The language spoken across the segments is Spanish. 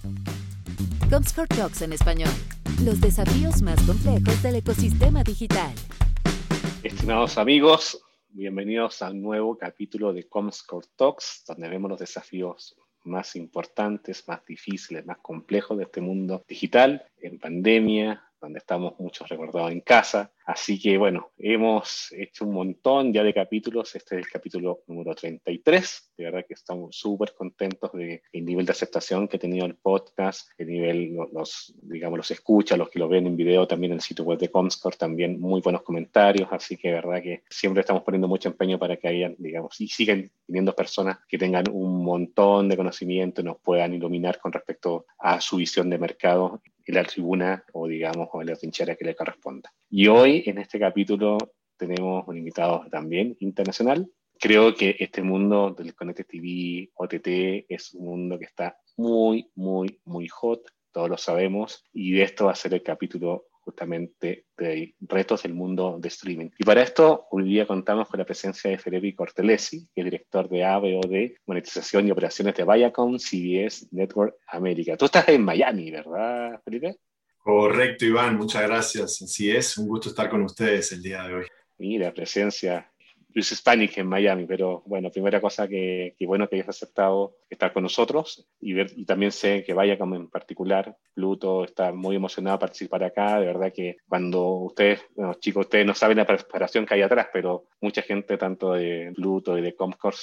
Comscore Talks en español. Los desafíos más complejos del ecosistema digital. Estimados amigos, bienvenidos a un nuevo capítulo de Comscore Talks, donde vemos los desafíos más importantes, más difíciles, más complejos de este mundo digital, en pandemia, donde estamos muchos recordados en casa. Así que bueno, hemos hecho un montón ya de capítulos. Este es el capítulo número 33. De verdad que estamos súper contentos del nivel de aceptación que ha tenido el podcast, el nivel, los escuchas, los que lo ven en video, también en el sitio web de Comscore, también muy buenos comentarios. Así que de verdad que siempre estamos poniendo mucho empeño para que hayan, y sigan viniendo personas que tengan un montón de conocimiento y nos puedan iluminar con respecto a su visión de mercado en la tribuna o en la trinchera que le corresponda. Y hoy en este capítulo tenemos un invitado también internacional. Creo que este mundo del Connected TV, OTT, es un mundo que está muy, muy, muy hot, todos lo sabemos, y de esto va a ser el capítulo justamente de retos del mundo de streaming. Y para esto, hoy día contamos con la presencia de Felipe Cortelesi, que es director de AVOD, Monetización y Operaciones de Viacom CBS Network América. Tú estás en Miami, ¿verdad, Felipe? Correcto, Iván, muchas gracias. Así es, un gusto estar con ustedes el día de hoy. Mira, presencia Luis Hispanic en Miami, pero bueno, primera cosa que bueno que hayas aceptado estar con nosotros y también sé que Viacom en particular, Pluto está muy emocionado de participar acá. De verdad que cuando ustedes, bueno, chicos, ustedes no saben la preparación que hay atrás, pero mucha gente tanto de Pluto y de Comscore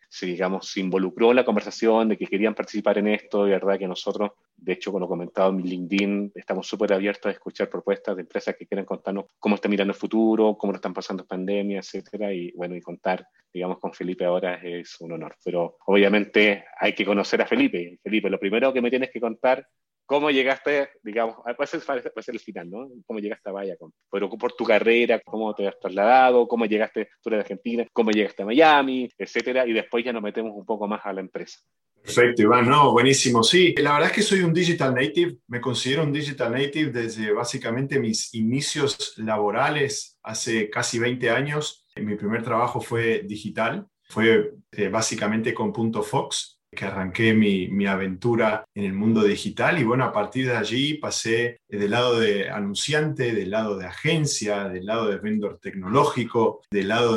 se involucró en la conversación de que querían participar en esto. De verdad que nosotros, de hecho, como lo comentado en mi LinkedIn, estamos súper abiertos a escuchar propuestas de empresas que quieran contarnos cómo están mirando el futuro, cómo lo están pasando en pandemia, etcétera. Y bueno, y contar, con Felipe ahora es un honor. Pero obviamente hay que conocer a Felipe. Felipe, lo primero que me tienes que contar, ¿cómo llegaste, puede ser el final, ¿no? ¿Cómo llegaste a Viacom? Pero por tu carrera, ¿cómo te has trasladado? ¿Cómo llegaste, tú eres de Argentina? ¿Cómo llegaste a Miami? Etcétera. Y después ya nos metemos un poco más a la empresa. Perfecto, Iván. No, buenísimo. Sí, la verdad es que soy un digital native. Me considero un digital native desde básicamente mis inicios laborales hace casi 20 años. Mi primer trabajo fue digital. Fue básicamente con Punto Fox, que arranqué mi aventura en el mundo digital. Y bueno, a partir de allí pasé del lado de anunciante, del lado de agencia, del lado de vendor tecnológico, del lado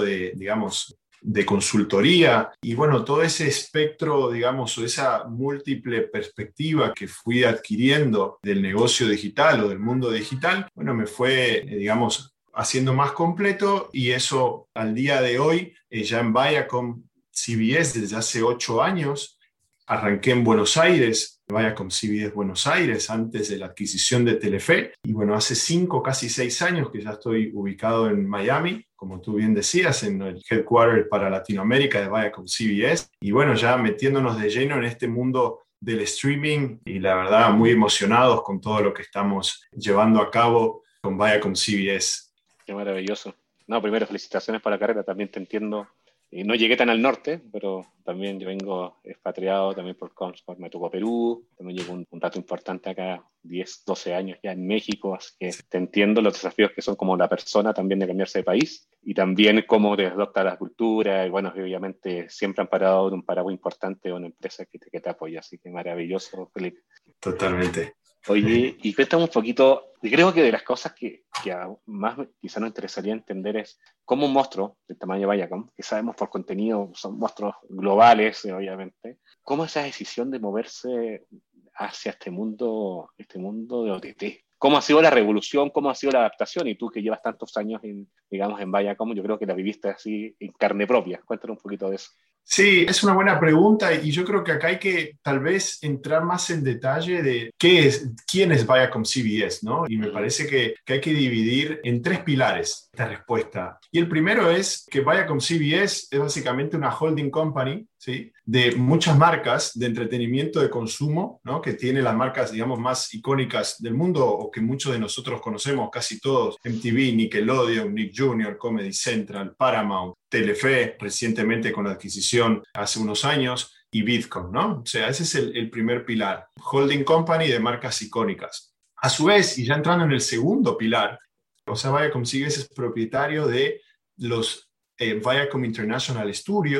de consultoría, y bueno, todo ese espectro, o esa múltiple perspectiva que fui adquiriendo del negocio digital o del mundo digital, bueno, me fue, haciendo más completo, y eso al día de hoy, ya en Viacom CBS desde hace 8 años, arranqué en Buenos Aires, Viacom CBS Buenos Aires, antes de la adquisición de Telefe, y bueno, hace 5, casi 6 años que ya estoy ubicado en Miami, como tú bien decías, en el headquarter para Latinoamérica de Viacom CBS, y bueno, ya metiéndonos de lleno en este mundo del streaming, y la verdad muy emocionados con todo lo que estamos llevando a cabo con Viacom CBS. Qué maravilloso. No, primero felicitaciones por la carrera, también te entiendo. No llegué tan al norte, pero también yo vengo expatriado también por Comscore, me tocó Perú, también llevo un rato importante acá, 10, 12 años ya en México, así que te entiendo los desafíos que son como la persona también de cambiarse de país y también cómo te adopta la cultura y bueno, obviamente siempre han parado de un paraguas importante o una empresa que te apoya, así que maravilloso, Felipe. Totalmente. Oye, y cuéntame un poquito, y creo que de las cosas que más quizá nos interesaría entender es cómo un monstruo del tamaño de Viacom, que sabemos por contenido son monstruos globales, obviamente, cómo esa decisión de moverse hacia este mundo de OTT. ¿Cómo ha sido la revolución? ¿Cómo ha sido la adaptación? Y tú que llevas tantos años en Viacom, yo creo que la viviste así en carne propia. Cuéntanos un poquito de eso. Sí, es una buena pregunta, y yo creo que acá hay que tal vez entrar más en detalle de quién es Viacom CBS, ¿no? Y me parece que hay que dividir en 3 pilares esta respuesta. Y el primero es que Viacom CBS es básicamente una holding company, ¿sí?, de muchas marcas de entretenimiento de consumo, ¿no?, que tiene las marcas, más icónicas del mundo o que muchos de nosotros conocemos, casi todos: MTV, Nickelodeon, Nick Jr., Comedy Central, Paramount, Telefe, recientemente con la adquisición hace unos años, y Vidcom, ¿no? O sea, ese es el primer pilar, holding company de marcas icónicas. A su vez, y ya entrando en el segundo pilar, o sea, Viacom CBS es propietario de los Viacom International Studios,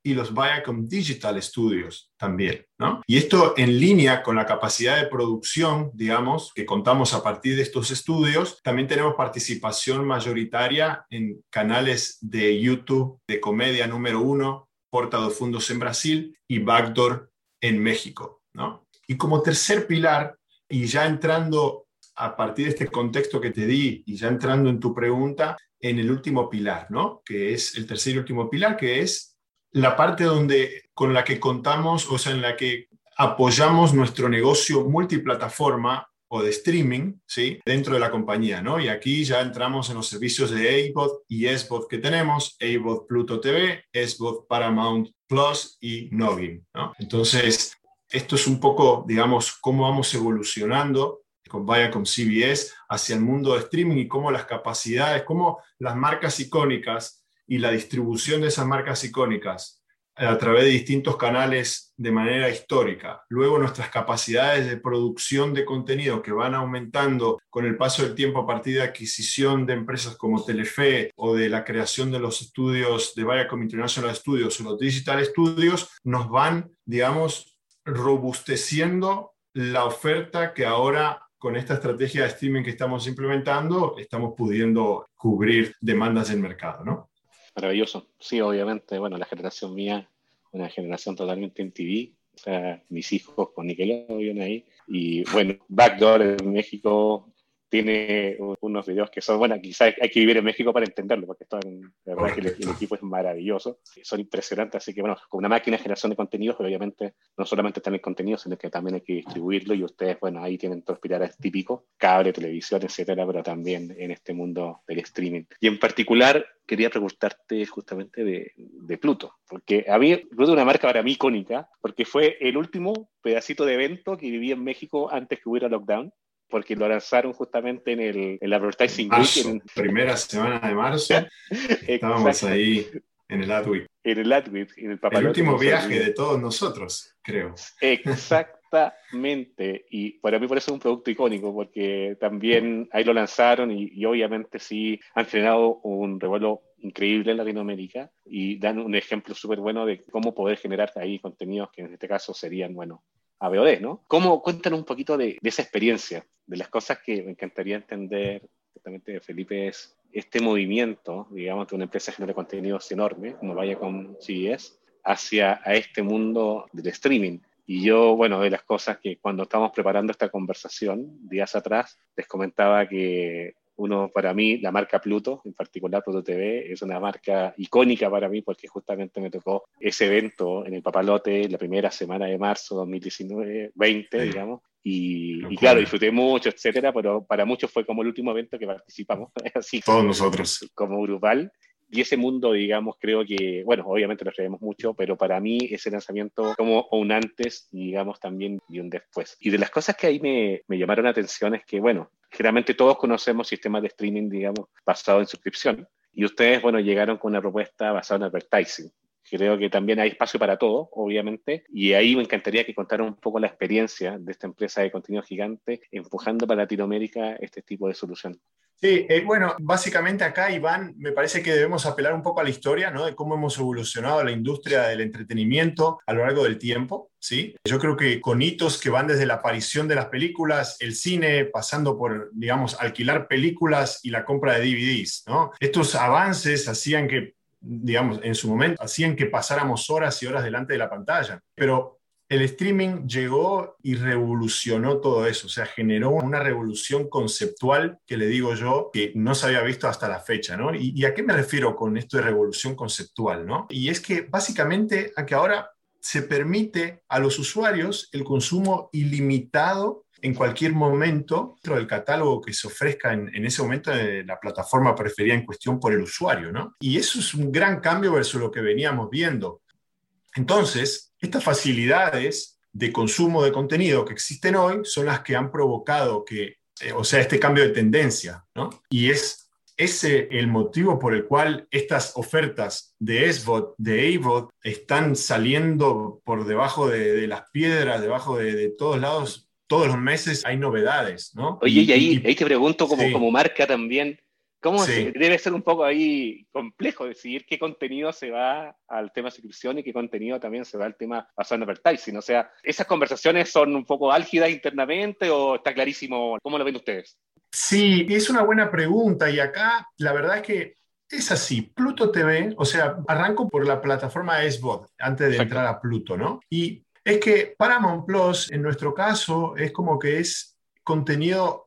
y los Viacom Digital Studios también, ¿no? Y esto en línea con la capacidad de producción, digamos, que contamos a partir de estos estudios. También tenemos participación mayoritaria en canales de YouTube de comedia número 1, Porta dos Fundos en Brasil y Backdoor en México, ¿no? Y como tercer pilar, y ya entrando a partir de este contexto que te di y ya entrando en tu pregunta, en el último pilar, ¿no? Que es el tercer y último pilar, que es la parte con la que contamos, o sea, en la que apoyamos nuestro negocio multiplataforma o de streaming, ¿sí? Dentro de la compañía, ¿no? Y aquí ya entramos en los servicios de AVOD y SVOD que tenemos, AVOD Pluto TV, SVOD Paramount Plus y Noggin, ¿no? Entonces, esto es un poco, digamos, cómo vamos evolucionando con Viacom CBS hacia el mundo de streaming y cómo las capacidades, cómo las marcas icónicas y la distribución de esas marcas icónicas a través de distintos canales de manera histórica. Luego nuestras capacidades de producción de contenido que van aumentando con el paso del tiempo a partir de adquisición de empresas como Telefe o de la creación de los estudios de Viacom International Studios o los Digital Studios, nos van, digamos, robusteciendo la oferta que ahora con esta estrategia de streaming que estamos implementando estamos pudiendo cubrir demandas del mercado, ¿no? Maravilloso. Sí, obviamente, bueno, la generación mía, una generación totalmente en TV, o sea, mis hijos con Nickelodeon ahí, y bueno, Backdoor en México tiene unos videos que son, bueno, quizás hay que vivir en México para entenderlo, porque la verdad que el equipo es maravilloso, son impresionantes, así que bueno, con una máquina de generación de contenidos, obviamente no solamente está en el contenido, sino que también hay que distribuirlo, y ustedes, bueno, ahí tienen todos los pilares típicos, cable, televisión, etcétera, pero también en este mundo del streaming. Y en particular, quería preguntarte justamente de Pluto, porque a mí Pluto es una marca para mí icónica, porque fue el último pedacito de evento que viví en México antes que hubiera lockdown, porque lo lanzaron justamente en el Advertising Week. Primera semana de marzo, estábamos ahí en el Adweek. En el Adweek, en el Papalote. El último viaje de todos nosotros, creo. Exactamente, y para mí por eso es un producto icónico, porque también ahí lo lanzaron y obviamente sí han generado un revuelo increíble en Latinoamérica y dan un ejemplo súper bueno de cómo poder generar ahí contenidos que en este caso serían, bueno, AVOD, ¿no? Cuéntanos un poquito de esa experiencia, de las cosas que me encantaría entender justamente de Felipe, es este movimiento, digamos, de una empresa que genera contenidos enorme, como Viacom CBS, hacia a este mundo del streaming. Y yo, bueno, de las cosas que cuando estábamos preparando esta conversación, días atrás, les comentaba que para mí, la marca Pluto, en particular Pluto TV, es una marca icónica para mí porque justamente me tocó ese evento en el Papalote la primera semana de marzo 2019, digamos, y claro, disfruté mucho, etcétera, pero para muchos fue como el último evento que participamos, así todos nosotros, como grupal. Y ese mundo, digamos, creo que, bueno, obviamente lo traemos mucho, pero para mí ese lanzamiento como un antes, digamos, también y un después. Y de las cosas que ahí me llamaron la atención es que, bueno, generalmente todos conocemos sistemas de streaming, digamos, basado en suscripción. Y ustedes, bueno, llegaron con una propuesta basada en advertising. Creo que también hay espacio para todo, obviamente, y ahí me encantaría que contaran un poco la experiencia de esta empresa de contenido gigante empujando para Latinoamérica este tipo de solución. Sí, bueno, básicamente acá, Iván, me parece que debemos apelar un poco a la historia, ¿no? De cómo hemos evolucionado la industria del entretenimiento a lo largo del tiempo, ¿sí? Yo creo que con hitos que van desde la aparición de las películas, el cine, pasando por, digamos, alquilar películas y la compra de DVDs, ¿no? Estos avances hacían que, digamos, en su momento, hacían que pasáramos horas y horas delante de la pantalla, pero el streaming llegó y revolucionó todo eso, o sea, generó una revolución conceptual que le digo yo que no se había visto hasta la fecha, ¿no? ¿Y a qué me refiero con esto de revolución conceptual, ¿no? Y es que básicamente a que ahora se permite a los usuarios el consumo ilimitado en cualquier momento dentro del catálogo que se ofrezca en ese momento de la plataforma preferida en cuestión por el usuario, ¿no? Y eso es un gran cambio versus lo que veníamos viendo. Entonces, estas facilidades de consumo de contenido que existen hoy son las que han provocado este cambio de tendencia, ¿no? Y es ese el motivo por el cual estas ofertas de SVOD, de AVOD, están saliendo por debajo de las piedras, debajo de todos lados. Todos los meses hay novedades, ¿no? Oye, y ahí te pregunto sí. como marca también, Sí. Debe ser un poco ahí complejo decidir qué contenido se va al tema suscripción y qué contenido también se va al tema basado en advertising. O sea, ¿esas conversaciones son un poco álgidas internamente o está clarísimo? ¿Cómo lo ven ustedes? Sí, es una buena pregunta y acá la verdad es que es así. Pluto TV, o sea, arranco por la plataforma SVOD antes de Perfecto. entrar a Pluto, ¿no? Y es que Paramount Plus, en nuestro caso, es como que es contenido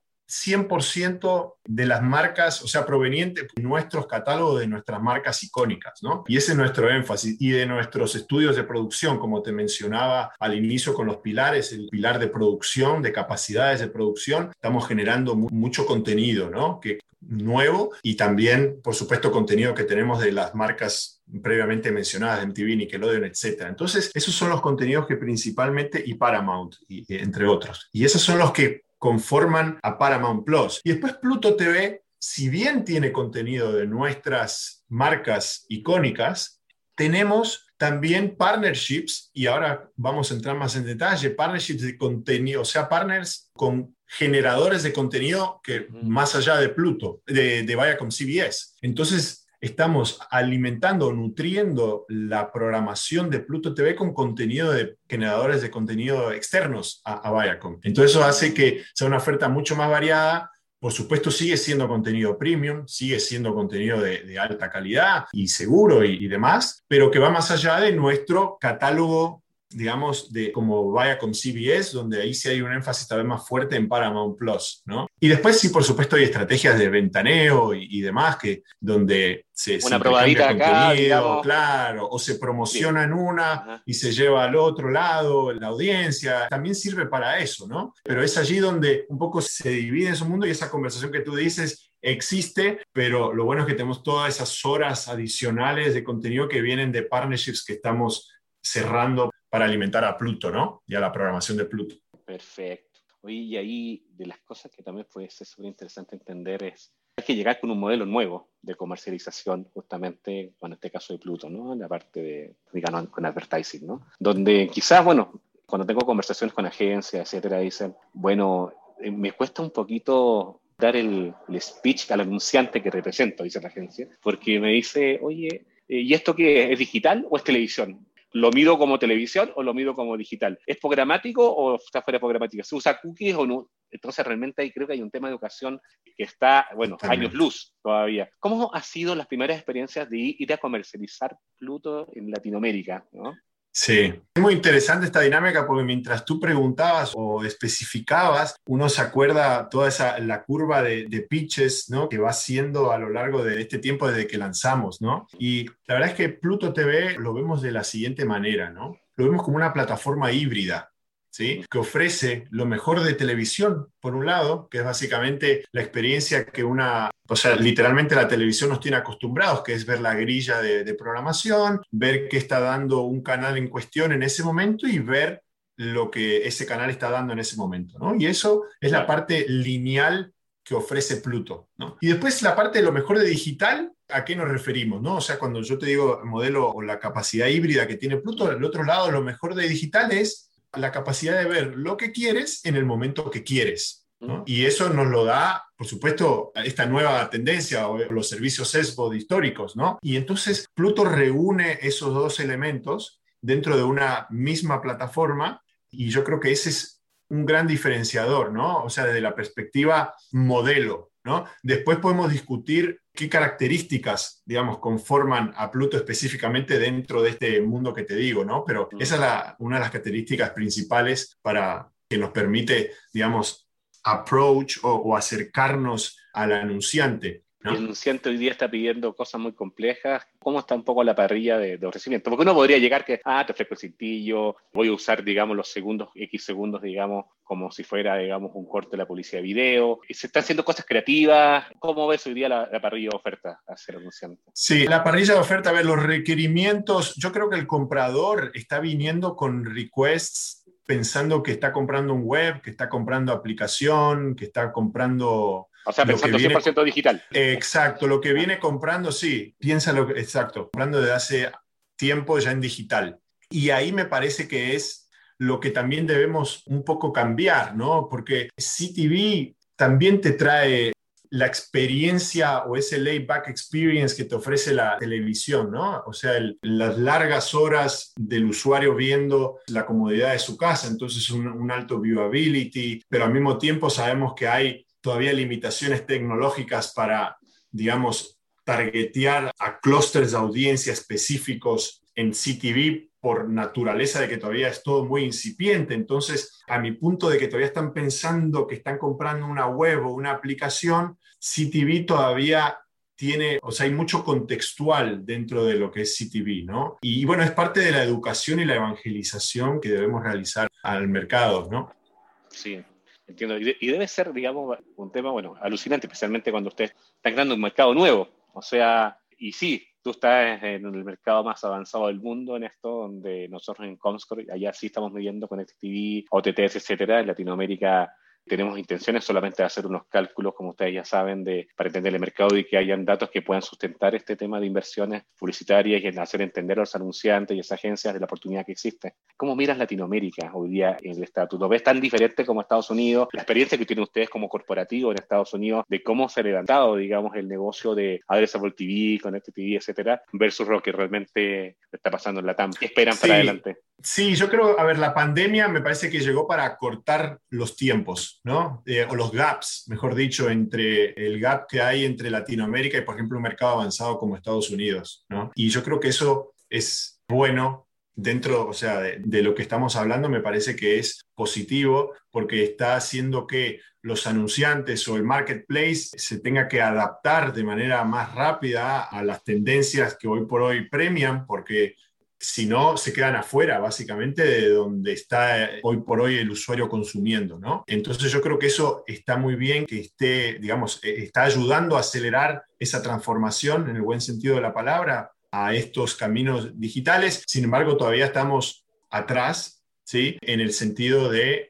100% de las marcas, o sea, proveniente de nuestros catálogos de nuestras marcas icónicas, ¿no? Y ese es nuestro énfasis. Y de nuestros estudios de producción, como te mencionaba al inicio con los pilares, el pilar de producción, de capacidades de producción, estamos generando mucho contenido, ¿no? Que nuevo y también, por supuesto, contenido que tenemos de las marcas previamente mencionadas, MTV, Nickelodeon, etcétera. Entonces, esos son los contenidos que principalmente, y Paramount, entre otros. Y esos son los que conforman a Paramount Plus. Y después Pluto TV, si bien tiene contenido de nuestras marcas icónicas, tenemos también partnerships, y ahora vamos a entrar más en detalle, partnerships de contenido, o sea, partners con generadores de contenido que más allá de Pluto, de Viacom CBS. Entonces, estamos alimentando, nutriendo la programación de Pluto TV con contenido de generadores de contenido externos a Viacom. Entonces, eso hace que sea una oferta mucho más variada. Por supuesto, sigue siendo contenido premium, sigue siendo contenido de alta calidad y seguro y demás, pero que va más allá de nuestro catálogo, digamos, de como Viacom CBS, donde ahí sí hay un énfasis tal vez más fuerte en Paramount Plus, ¿no? Y después sí, por supuesto, hay estrategias de ventaneo y demás, que donde se Una intercambia probadita acá, contenido, digamos. claro, o se Bien. promociona en una Ajá. y se lleva al otro lado, la audiencia, también sirve para eso, ¿no? Pero es allí donde un poco se divide en su mundo y esa conversación que tú dices existe, pero lo bueno es que tenemos todas esas horas adicionales de contenido que vienen de partnerships que estamos cerrando para alimentar a Pluto, ¿no? Y a la programación de Pluto. Perfecto. Oye, y ahí de las cosas que también puede ser súper interesante entender es hay que llegar con un modelo nuevo de comercialización, justamente, bueno, en este caso de Pluto, ¿no? En la parte de, digamos, con advertising, ¿no? Donde quizás, bueno, cuando tengo conversaciones con agencias, etcétera, dicen, bueno, me cuesta un poquito dar el speech al anunciante que represento, dice la agencia, porque me dice, oye, ¿y esto qué es? ¿Es digital o es televisión? ¿Lo mido como televisión o lo mido como digital? ¿Es programático o está fuera de programática? ¿Se usa cookies o no? Entonces realmente ahí creo que hay un tema de educación que está, bueno, años Totalmente. luz todavía. ¿Cómo han sido las primeras experiencias de ir a comercializar Pluto en Latinoamérica, ¿no? Sí, es muy interesante esta dinámica porque mientras tú preguntabas o especificabas, uno se acuerda toda la curva de pitches, ¿no? Que va haciendo a lo largo de este tiempo desde que lanzamos, ¿no? Y la verdad es que Pluto TV lo vemos de la siguiente manera, ¿no? Lo vemos como una plataforma híbrida, ¿sí? Que ofrece lo mejor de televisión, por un lado, que es básicamente la experiencia que o sea, literalmente la televisión nos tiene acostumbrados, que es ver la grilla de programación, ver qué está dando un canal en cuestión en ese momento y ver lo que ese canal está dando en ese momento, ¿no? Y eso es la Claro. parte lineal que ofrece Pluto, ¿no? Y después la parte de lo mejor de digital, ¿a qué nos referimos, no? O sea, cuando yo te digo modelo o la capacidad híbrida que tiene Pluto, al otro lado, lo mejor de digital es la capacidad de ver lo que quieres en el momento que quieres, ¿no? Y eso nos lo da, por supuesto, esta nueva tendencia o los servicios SVOD históricos, ¿no? Y entonces Pluto reúne esos dos elementos dentro de una misma plataforma y yo creo que ese es un gran diferenciador, ¿no? O sea, desde la perspectiva modelo, ¿no? Después podemos discutir qué características, digamos, conforman a Pluto específicamente dentro de este mundo que te digo, ¿no? Pero esa es una de las características principales para que nos permite, digamos, approach o acercarnos al anunciante, Y el ¿no? anunciante hoy día está pidiendo cosas muy complejas. ¿Cómo está un poco la parrilla de ofrecimiento? Porque uno podría llegar que, te ofrezco el cintillo, voy a usar, digamos, los segundos, X segundos, digamos, como si fuera, digamos, un corte de la publicidad de video. Y se están haciendo cosas creativas. ¿Cómo ves hoy día la parrilla de oferta hacia el anunciante? Sí, la parrilla de oferta, a ver, los requerimientos, yo creo que el comprador está viniendo con requests pensando que está comprando un web, que está comprando aplicación, que está comprando O sea, lo que pensando viene. 100% digital. Exacto, lo que viene comprando, sí, exacto, comprando desde hace tiempo ya en digital. Y ahí me parece que es lo que también debemos un poco cambiar, ¿no? Porque CTV también te trae la experiencia o ese laid-back experience que te ofrece la televisión, ¿no? O sea, las largas horas del usuario viendo la comodidad de su casa, entonces un alto viewability, pero al mismo tiempo sabemos que hay todavía limitaciones tecnológicas para, digamos, targetear a clústeres de audiencia específicos en CTV por naturaleza de que todavía es todo muy incipiente. Entonces, a mi punto de que todavía están pensando que están comprando una web o una aplicación, CTV todavía tiene, o sea, hay mucho contextual dentro de lo que es CTV, ¿no? Y bueno, es parte de la educación y la evangelización que debemos realizar al mercado, ¿no? Sí, entiendo. Y debe ser, digamos, un tema, bueno, alucinante, especialmente cuando ustedes están creando un mercado nuevo. O sea, y sí, tú estás en el mercado más avanzado del mundo en esto, donde nosotros en Comscore, allá sí estamos midiendo con TV, OTTs, etcétera. En Latinoamérica tenemos intenciones solamente de hacer unos cálculos, como ustedes ya saben, para entender el mercado y que hayan datos que puedan sustentar este tema de inversiones publicitarias y en hacer entender a los anunciantes y esas agencias de la oportunidad que existe. ¿Cómo miras Latinoamérica hoy día en el estatus? ¿Lo ves tan diferente como Estados Unidos? La experiencia que tienen ustedes como corporativo en Estados Unidos de cómo se ha levantado, digamos, el negocio de Addressable TV, Connected TV, etcétera, versus lo que realmente está pasando en la TAM. ¿Qué esperan para adelante? Sí, yo creo, a ver, la pandemia me parece que llegó para cortar los tiempos, ¿no? O los gaps, mejor dicho, entre el gap que hay entre Latinoamérica y, por ejemplo, un mercado avanzado como Estados Unidos, ¿no? Y yo creo que eso es bueno dentro, o sea, de lo que estamos hablando, me parece que es positivo porque está haciendo que los anunciantes o el marketplace se tenga que adaptar de manera más rápida a las tendencias que hoy por hoy premian, porque si no, se quedan afuera, básicamente, de donde está hoy por hoy el usuario consumiendo, ¿no? Entonces yo creo que eso está muy bien, que esté, digamos, está ayudando a acelerar esa transformación, en el buen sentido de la palabra, a estos caminos digitales. Sin embargo, todavía estamos atrás, ¿sí? En el sentido de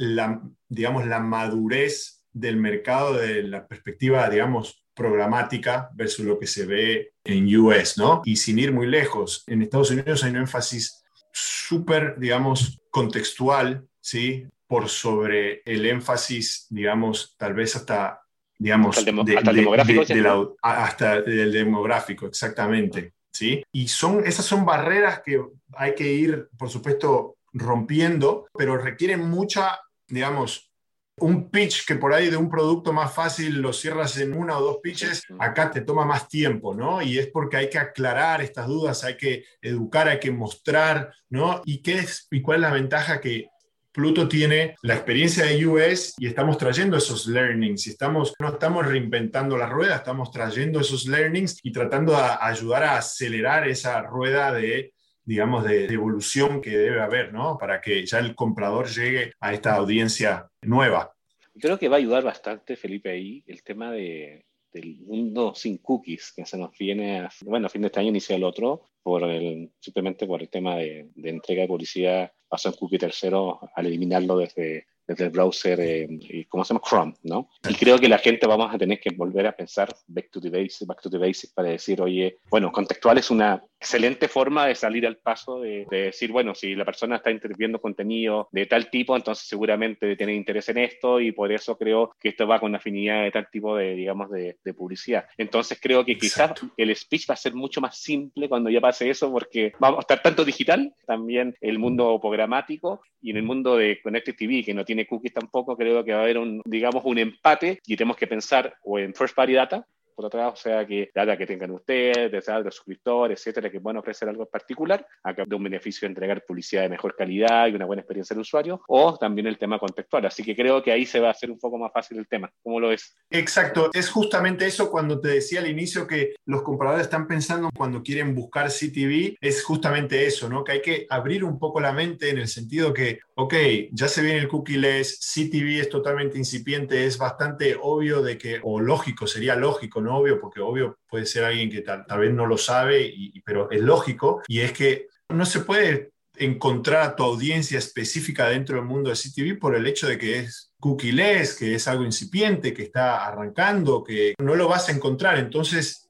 digamos, la madurez del mercado, de la perspectiva, digamos, programática versus lo que se ve en US, ¿no? Y sin ir muy lejos, en Estados Unidos hay un énfasis súper, digamos, contextual, ¿sí? Por sobre el énfasis, digamos, tal vez hasta, digamos, hasta el demográfico. Hasta el demográfico, exactamente, ¿sí? Y esas son barreras que hay que ir, por supuesto, rompiendo, pero requieren mucha, digamos, un pitch que por ahí de un producto más fácil lo cierras en 1 o 2 pitches, acá te toma más tiempo, ¿no? Y es porque hay que aclarar estas dudas, hay que educar, hay que mostrar, ¿no? ¿Y cuál es la ventaja que Pluto tiene? La experiencia de US y estamos trayendo esos learnings, y no estamos reinventando la rueda, estamos trayendo esos learnings y tratando de ayudar a acelerar esa rueda digamos, de evolución que debe haber, ¿no? Para que ya el comprador llegue a esta audiencia nueva. Creo que va a ayudar bastante, Felipe, ahí el tema del mundo sin cookies que se nos viene, bueno, a fin de este año inicia el otro, simplemente por el tema de entrega de publicidad basado en cookie tercero al eliminarlo desde el browser, ¿cómo se llama? Chrome, ¿no? Y creo que la gente vamos a tener que volver a pensar back to the basics para decir, oye, bueno, contextual es una excelente forma de salir al paso de decir, bueno, si la persona está viendo contenido de tal tipo, entonces seguramente tiene interés en esto y por eso creo que esto va con afinidad de tal tipo de, digamos, de publicidad. Entonces creo que quizás el speech va a ser mucho más simple cuando ya pase eso, porque vamos a estar tanto digital, también el mundo programático y en el mundo de Connected TV, que no tiene cookies tampoco, creo que va a haber un empate y tenemos que pensar o en first party data, por otro lado, o sea, que data que tengan ustedes, de los suscriptores, etcétera, que puedan ofrecer algo en particular, a cambio de un beneficio de entregar publicidad de mejor calidad y una buena experiencia del usuario, o también el tema contextual. Así que creo que ahí se va a hacer un poco más fácil el tema. ¿Cómo lo ves? Exacto, es justamente eso cuando te decía al inicio que los compradores están pensando cuando quieren buscar CTV, es justamente eso, ¿no? Que hay que abrir un poco la mente en el sentido que, ok, ya se viene el cookie-less, CTV es totalmente incipiente, es bastante obvio de que, o lógico, sería lógico, no obvio, porque obvio puede ser alguien que tal vez no lo sabe, pero es lógico, y es que no se puede encontrar a tu audiencia específica dentro del mundo de CTV por el hecho de que es cookie-less, que es algo incipiente, que está arrancando, que no lo vas a encontrar. Entonces,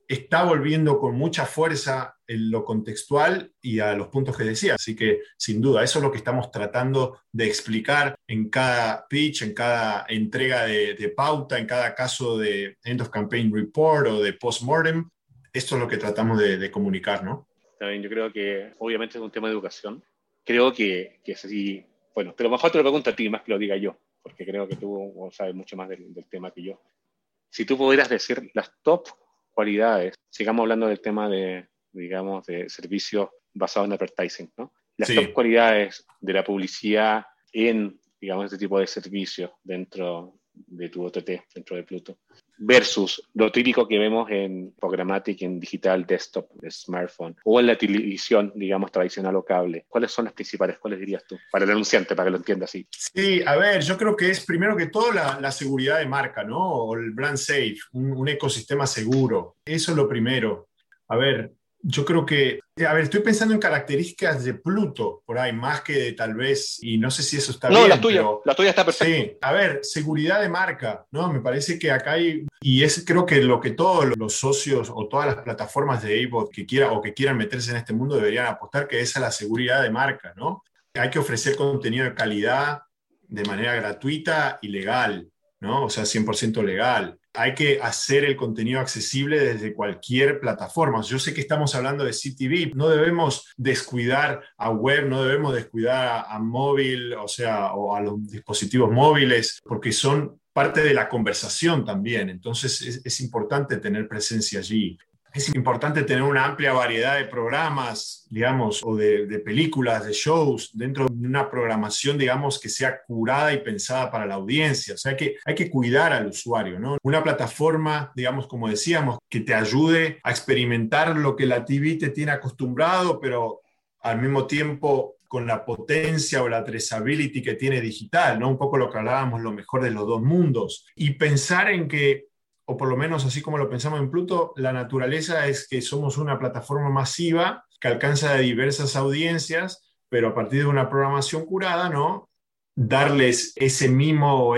está volviendo con mucha fuerza en lo contextual y a los puntos que decía. Así que, sin duda, eso es lo que estamos tratando de explicar en cada pitch, en cada entrega de pauta, en cada caso de End of Campaign Report o de Postmortem. Esto es lo que tratamos de comunicar, ¿no? También yo creo que, obviamente, es un tema de educación. Creo que sí. Bueno, pero mejor te lo pregunto a ti, más que lo diga yo, porque creo que tú sabes mucho más del tema que yo. Si tú pudieras decir las top cualidades, sigamos hablando del tema de, digamos, de servicios basados en advertising, ¿no? Las top cualidades de la publicidad en, digamos, este tipo de servicios dentro de tu OTT, dentro de Pluto, versus lo típico que vemos en programmatic, en digital, desktop, de smartphone, o en la televisión, digamos, tradicional o cable. ¿Cuáles son las principales? ¿Cuáles dirías tú? Para el anunciante, para que lo entienda así. Sí, a ver, yo creo que es primero que todo la seguridad de marca, ¿no? O el brand safe, un ecosistema seguro. Eso es lo primero. A ver, yo creo que, estoy pensando en características de Pluto, por ahí, más que de tal vez, y no sé si eso está bien. No, la tuya está perfecta. Sí, a ver, seguridad de marca, ¿no? Me parece que acá hay, y es creo que lo que todos los socios o todas las plataformas de AVOD que quieran meterse en este mundo deberían apostar, que es a la seguridad de marca, ¿no? Hay que ofrecer contenido de calidad de manera gratuita y legal, ¿no? O sea, 100% legal. Hay que hacer el contenido accesible desde cualquier plataforma. Yo sé que estamos hablando de CTV, no debemos descuidar a web, no debemos descuidar a móvil, o a los dispositivos móviles, porque son parte de la conversación también. Entonces es importante tener presencia allí. Es importante tener una amplia variedad de programas, digamos, o de películas, de shows, dentro de una programación, digamos, que sea curada y pensada para la audiencia. O sea, hay que cuidar al usuario, ¿no? Una plataforma, digamos, como decíamos, que te ayude a experimentar lo que la TV te tiene acostumbrado, pero al mismo tiempo con la potencia o la traceability que tiene digital, ¿no? Un poco lo que hablábamos, lo mejor de los dos mundos. Y pensar en que, o por lo menos así como lo pensamos en Pluto, la naturaleza es que somos una plataforma masiva que alcanza a diversas audiencias, pero a partir de una programación curada, ¿no? Darles ese mimo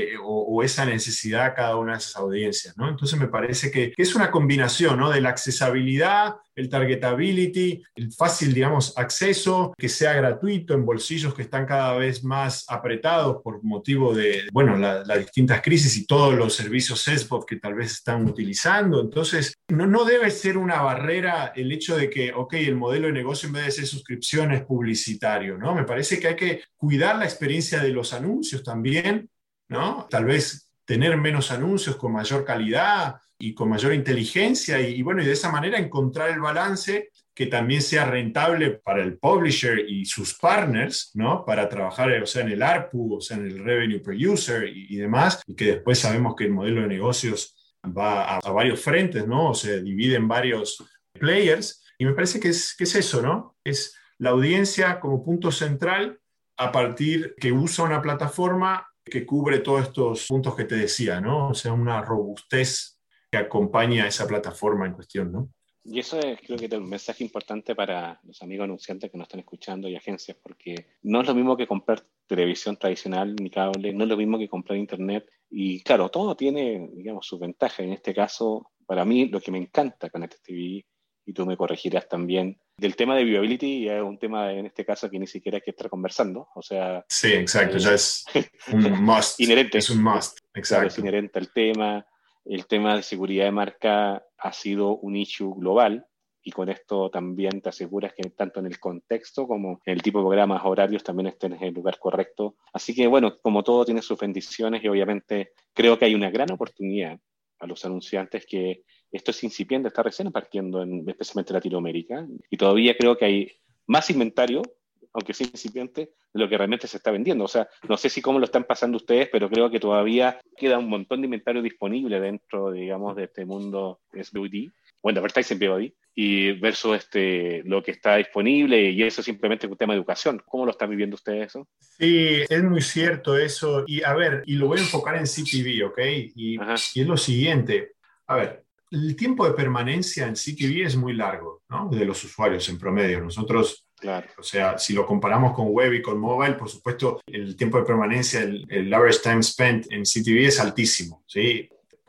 o esa necesidad a cada una de esas audiencias, ¿no? Entonces me parece que es una combinación, ¿no? De la accesibilidad, el targetability, el fácil, digamos, acceso, que sea gratuito en bolsillos que están cada vez más apretados por motivo de, bueno, las distintas crisis y todos los servicios SESBOT que tal vez están utilizando. Entonces, no debe ser una barrera el hecho de que, ok, el modelo de negocio en vez de ser suscripción es publicitario, ¿no? Me parece que hay que cuidar la experiencia de los anuncios también, ¿no? Tal vez tener menos anuncios con mayor calidad y con mayor inteligencia y bueno, y de esa manera encontrar el balance que también sea rentable para el publisher y sus partners, ¿no? Para trabajar, o sea, en el ARPU, o sea, en el revenue per user y demás, y que después sabemos que el modelo de negocios va a varios frentes, ¿no? O se divide en varios players, y me parece que es eso, ¿no? Es la audiencia como punto central a partir que usa una plataforma que cubre todos estos puntos que te decía, ¿no? O sea, una robustez que acompaña a esa plataforma en cuestión, ¿no? Y eso es, creo que es un mensaje importante para los amigos anunciantes que nos están escuchando y agencias, porque no es lo mismo que comprar televisión tradicional ni cable, no es lo mismo que comprar internet. Y claro, todo tiene, digamos, sus ventajas. En este caso, para mí, lo que me encanta con este TV, y tú me corregirás también, del tema de viewability es un tema, en este caso, que ni siquiera hay que estar conversando. O sea... Sí, exacto, ya es un must. Inherente. Es un must, exacto. Es inherente al tema. El tema de seguridad de marca ha sido un issue global y con esto también te aseguras que tanto en el contexto como en el tipo de programas, horarios, también estén en el lugar correcto. Así que, bueno, como todo tiene sus bendiciones y obviamente creo que hay una gran oportunidad a los anunciantes que esto es incipiente, está recién partiendo, especialmente en Latinoamérica, y todavía creo que hay más inventario, aunque sea incipiente, de lo que realmente se está vendiendo. O sea, no sé si cómo lo están pasando ustedes, pero creo que todavía queda un montón de inventario disponible dentro, digamos, de este mundo SVOD, bueno, advertising VOD, y versus lo que está disponible, y eso simplemente es un tema de educación. ¿Cómo lo están viviendo ustedes eso? Sí, es muy cierto eso. Y a ver, y lo voy a enfocar en CTV, ¿ok? Y es lo siguiente. A ver, el tiempo de permanencia en CTV es muy largo, ¿no? De los usuarios en promedio. Nosotros, claro, o sea, si lo comparamos con web y con mobile, por supuesto, el tiempo de permanencia, el average time spent en CTV es altísimo, ¿sí?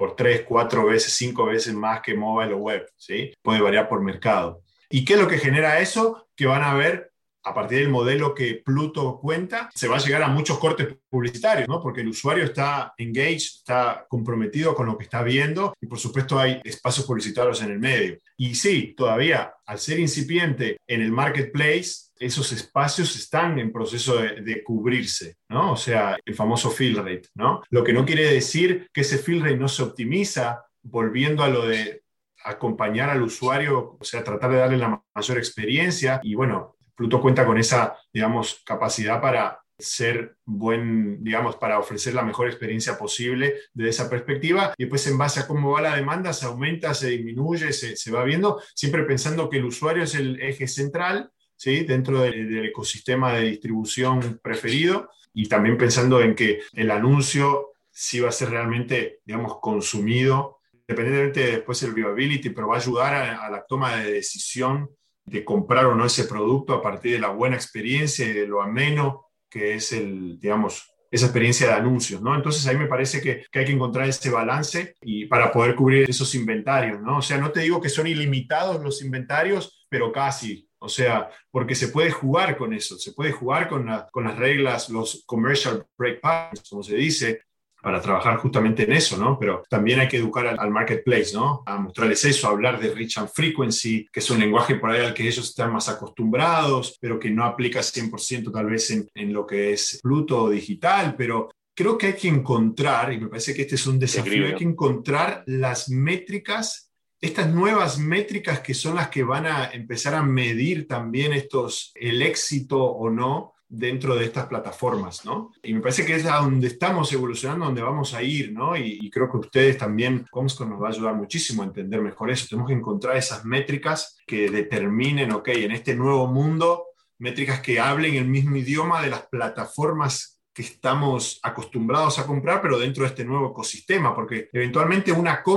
por 3, 4 veces, 5 veces más que mobile o web, ¿sí? Puede variar por mercado. ¿Y qué es lo que genera eso? Que van a ver, a partir del modelo que Pluto cuenta, se va a llegar a muchos cortes publicitarios, ¿no? Porque el usuario está engaged, está comprometido con lo que está viendo y por supuesto hay espacios publicitarios en el medio. Y sí, todavía, al ser incipiente en el marketplace, esos espacios están en proceso de cubrirse, ¿no? O sea, el famoso fill rate, ¿no? Lo que no quiere decir que ese fill rate no se optimiza, volviendo a lo de acompañar al usuario, o sea, tratar de darle la mayor experiencia. Y bueno, Pluto cuenta con esa, digamos, capacidad para ser buen, digamos, para ofrecer la mejor experiencia posible desde esa perspectiva. Y después, en base a cómo va la demanda, se aumenta, se disminuye, se va viendo, siempre pensando que el usuario es el eje central, ¿sí? Dentro del ecosistema de distribución preferido, y también pensando en que el anuncio sí va a ser realmente, digamos, consumido, independientemente de después el viewability, pero va a ayudar a la toma de decisión de comprar o no ese producto a partir de la buena experiencia y de lo ameno que es digamos, esa experiencia de anuncios, ¿no? Entonces ahí me parece que hay que encontrar ese balance y para poder cubrir esos inventarios, ¿no? O sea, no te digo que son ilimitados los inventarios, pero casi. O sea, porque se puede jugar con eso, se puede jugar con las reglas, los commercial break patterns, como se dice, para trabajar justamente en eso, ¿no? Pero también hay que educar al marketplace, ¿no? A mostrarles eso, a hablar de reach and frequency, que es un lenguaje por ahí al que ellos están más acostumbrados, pero que no aplica 100% tal vez en lo que es Pluto digital, pero creo que hay que encontrar, y me parece que este es un desafío, hay que encontrar las métricas, estas nuevas métricas que son las que van a empezar a medir también el éxito o no dentro de estas plataformas, ¿no? Y me parece que es a donde estamos evolucionando, donde vamos a ir, ¿no? Y creo que ustedes también, Comscore nos va a ayudar muchísimo a entender mejor eso. Tenemos que encontrar esas métricas que determinen, ok, en este nuevo mundo, métricas que hablen el mismo idioma de las plataformas que estamos acostumbrados a comprar, pero dentro de este nuevo ecosistema, porque eventualmente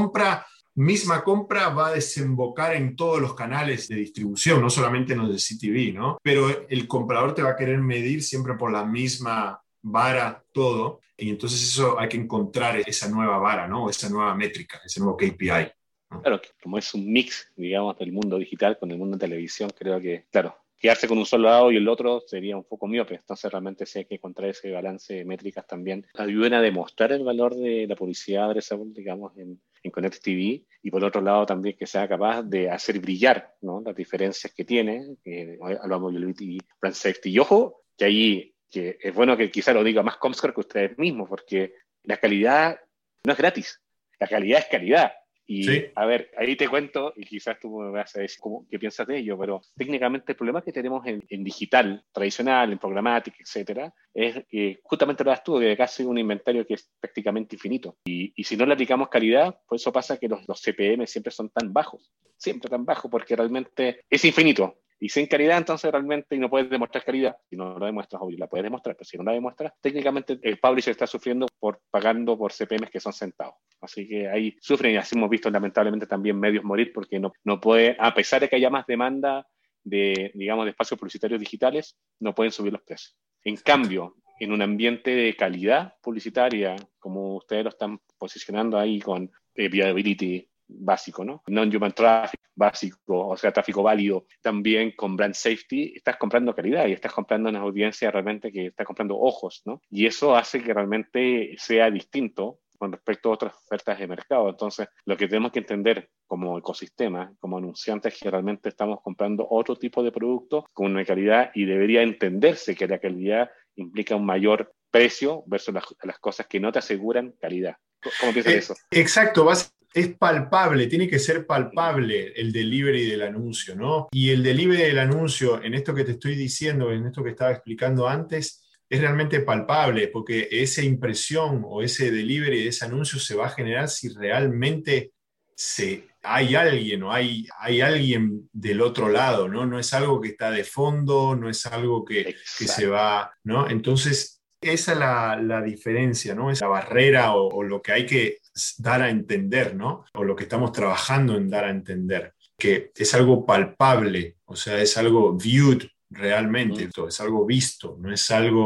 misma compra va a desembocar en todos los canales de distribución, no solamente en los de CTV, ¿no? Pero el comprador te va a querer medir siempre por la misma vara todo, y entonces eso hay que encontrar esa nueva vara, ¿no? Esa nueva métrica, ese nuevo KPI, ¿no? Claro, como es un mix, digamos, del mundo digital con el mundo de televisión, creo que, claro, quedarse con un solo lado y el otro sería un poco miope. Entonces realmente sí hay que encontrar ese balance de métricas también. Ayuden a demostrar el valor de la publicidad adresable, digamos, en Connect TV, y por otro lado también que sea capaz de hacer brillar, ¿no?, las diferencias que tiene, hablamos de Viewability, Brand Safety. Y ojo, que ahí que es bueno que quizá lo diga más Comscore que ustedes mismos, porque la calidad no es gratis, la calidad es calidad. Y sí. A ver, ahí te cuento, y quizás tú me vas a decir qué piensas de ello, pero técnicamente el problema que tenemos en digital, tradicional, en programática, etcétera, es que justamente lo das tú, de casi un inventario que es prácticamente infinito. Y si no le aplicamos calidad, pues eso pasa que los CPM siempre son tan bajos, porque realmente es infinito. Y sin calidad, entonces realmente, y no puedes demostrar calidad. Si no lo demuestras, obvio, la puedes demostrar, pero si no la demuestras, técnicamente el publisher está sufriendo pagando por CPMs que son centavos. Así que ahí sufren, y así hemos visto lamentablemente también medios morir, porque no puede, a pesar de que haya más demanda de espacios publicitarios digitales, no pueden subir los precios. En cambio, en un ambiente de calidad publicitaria, como ustedes lo están posicionando ahí con viewability básico, ¿no? Non-human traffic básico, o sea, tráfico válido, también con brand safety, estás comprando calidad y estás comprando una audiencia realmente que está comprando ojos, ¿no? Y eso hace que realmente sea distinto con respecto a otras ofertas de mercado. Entonces, lo que tenemos que entender como ecosistema, como anunciantes, es que realmente estamos comprando otro tipo de producto con una calidad, y debería entenderse que la calidad implica un mayor precio versus las cosas que no te aseguran calidad. ¿Cómo piensas eso? Exacto, es palpable, tiene que ser palpable el delivery del anuncio, ¿no? Y el delivery del anuncio, en esto que te estoy diciendo, en esto que estaba explicando antes, es realmente palpable, porque esa impresión o ese delivery de ese anuncio se va a generar si realmente hay alguien o hay alguien del otro lado, ¿no? No es algo que está de fondo, no es algo que se va, ¿no? Entonces, esa es la diferencia, ¿no? Es la barrera o lo que hay que dar a entender, ¿no? O lo que estamos trabajando en dar a entender, que es algo palpable, o sea, es algo viewed realmente, es algo visto, no es algo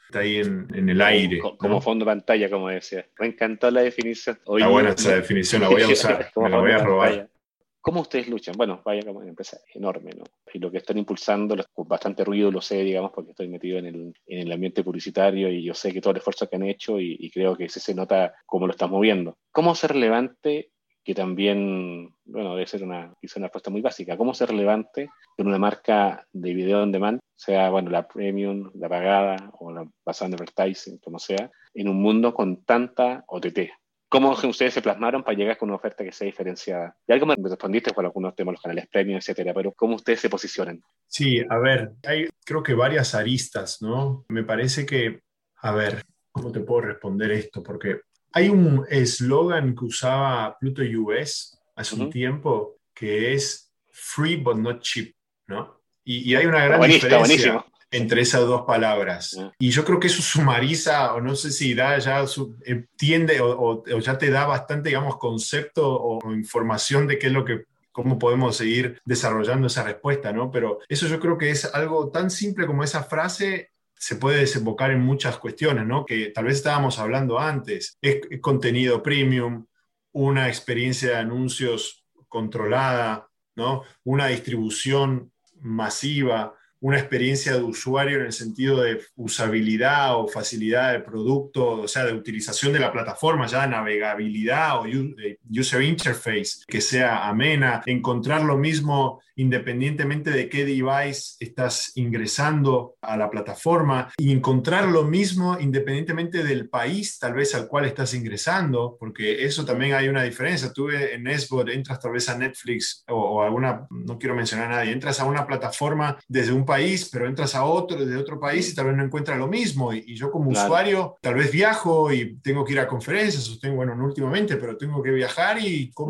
está ahí en el aire, como ¿no? fondo de pantalla, como decía. Me encantó la definición. Está buena esa definición, la voy a usar, como me la voy fondo a de robar. pantalla. ¿Cómo ustedes luchan? Bueno, vaya como una empresa enorme, ¿no? Y lo que están impulsando, con bastante ruido lo sé, digamos, porque estoy metido en el ambiente publicitario y yo sé que todo el esfuerzo que han hecho y creo que sí se nota cómo lo están moviendo. ¿Cómo ser relevante? Que también, bueno, debe ser quizá una respuesta muy básica. ¿Cómo ser relevante en una marca de video on demand, sea, bueno, la premium, la pagada o la basada en advertising, como sea, en un mundo con tanta OTT? ¿Cómo ustedes se plasmaron para llegar con una oferta que sea diferenciada? Y algo me respondiste con algunos temas, los canales premium, etcétera, pero ¿cómo ustedes se posicionan? Sí, a ver, hay creo que varias aristas, ¿no? Me parece que, a ver, ¿cómo te puedo responder esto? Porque hay un eslogan que usaba Pluto US hace un Uh-huh. tiempo que es free but not cheap, ¿no? Y hay una gran Está diferencia buenísimo. entre esas dos palabras. Uh-huh. Y yo creo que eso sumariza, o no sé si da ya, entiende o ya te da bastante, digamos, concepto o información de qué es lo que cómo podemos seguir desarrollando esa respuesta, ¿no? Pero eso yo creo que es algo tan simple como esa frase se puede desembocar en muchas cuestiones, ¿no? Que tal vez estábamos hablando antes. Es contenido premium, una experiencia de anuncios controlada, ¿no? Una distribución masiva, una experiencia de usuario en el sentido de usabilidad o facilidad del producto, o sea, de utilización de la plataforma, ya navegabilidad o user interface, que sea amena, encontrar lo mismo independientemente de qué device estás ingresando a la plataforma y encontrar lo mismo independientemente del país tal vez al cual estás ingresando, porque eso también hay una diferencia. Tú en SVOD entras tal vez a Netflix o alguna, no quiero mencionar a nadie, entras a una plataforma desde un país, pero entras a otro desde otro país y tal vez no encuentras lo mismo. Y yo como usuario tal vez viajo y tengo que ir a conferencias, o tengo, bueno, no últimamente, pero tengo que viajar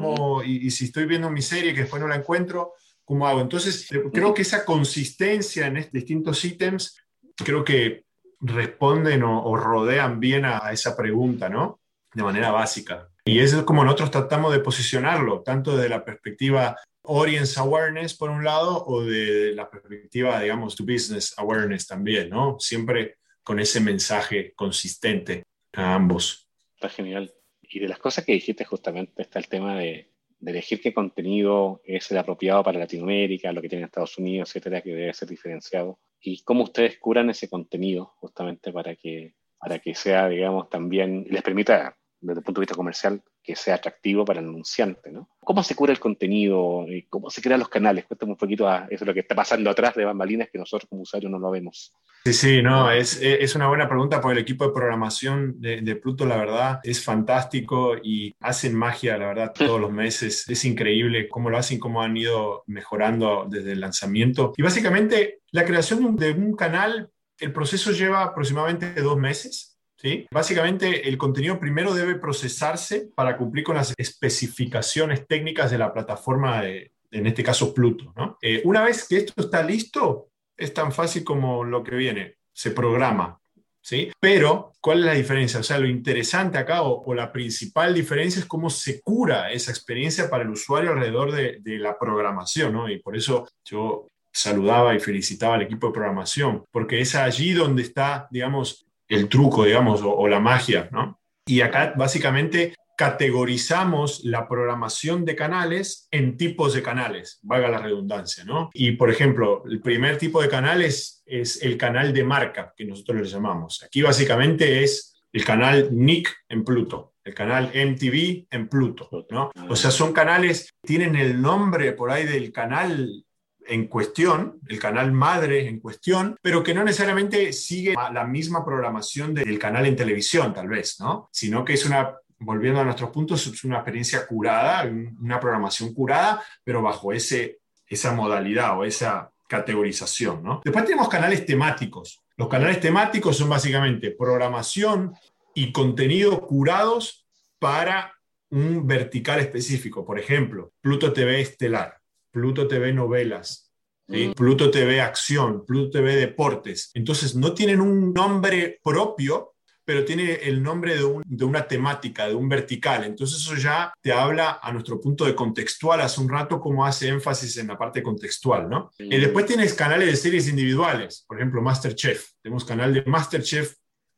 y si estoy viendo mi serie que después no la encuentro, ¿cómo hago? Entonces, creo que esa consistencia en distintos ítems, creo que responden o rodean bien a esa pregunta, ¿no? De manera básica. Y eso es como nosotros tratamos de posicionarlo, tanto desde la perspectiva audience awareness, por un lado, o de la perspectiva, digamos, to business awareness también, ¿no? Siempre con ese mensaje consistente a ambos. Está genial. Y de las cosas que dijiste justamente está el tema de elegir qué contenido es el apropiado para Latinoamérica, lo que tiene Estados Unidos, etcétera, que debe ser diferenciado. Y cómo ustedes curan ese contenido justamente para que sea, digamos, también, les permita, desde el punto de vista comercial, que sea atractivo para el anunciante, ¿no? ¿Cómo se cura el contenido? ¿Cómo se crean los canales? Cuéntame un poquito eso es lo que está pasando atrás de bambalinas que nosotros como usuarios no lo vemos. Sí, no, es una buena pregunta porque el equipo de programación de Pluto, la verdad, es fantástico y hacen magia, la verdad, todos los meses. Es increíble cómo lo hacen, cómo han ido mejorando desde el lanzamiento. Y básicamente, la creación de un canal, el proceso lleva aproximadamente 2 meses. ¿Sí? Básicamente, el contenido primero debe procesarse para cumplir con las especificaciones técnicas de la plataforma, en este caso Pluto, ¿no? Una vez que esto está listo, es tan fácil como lo que viene, se programa, ¿sí? Pero, ¿cuál es la diferencia? O sea, lo interesante acá o la principal diferencia es cómo se cura esa experiencia para el usuario alrededor de la programación, ¿no? Y por eso yo saludaba y felicitaba al equipo de programación, porque es allí donde está, digamos, el truco, digamos, o la magia, ¿no? Y acá básicamente categorizamos la programación de canales en tipos de canales, valga la redundancia, ¿no? Y, por ejemplo, el primer tipo de canal es el canal de marca, que nosotros le llamamos. Aquí básicamente es el canal Nick en Pluto, el canal MTV en Pluto, ¿no? O sea, son canales, tienen el nombre por ahí del canal en cuestión, el canal madre en cuestión, pero que no necesariamente sigue la misma programación del canal en televisión, tal vez, ¿no? Sino que es volviendo a nuestros puntos, es una experiencia curada, una programación curada, pero bajo esa modalidad o esa categorización, ¿no? Después tenemos canales temáticos. Los canales temáticos son básicamente programación y contenido curados para un vertical específico. Por ejemplo, Pluto TV Estelar, Pluto TV Novelas, ¿sí? Pluto TV Acción, Pluto TV Deportes. Entonces no tienen un nombre propio, pero tiene el nombre de una temática, de un vertical. Entonces eso ya te habla a nuestro punto de contextual hace un rato, cómo hace énfasis en la parte contextual, ¿no? Después tienes canales de series individuales, por ejemplo, MasterChef. Tenemos canal de MasterChef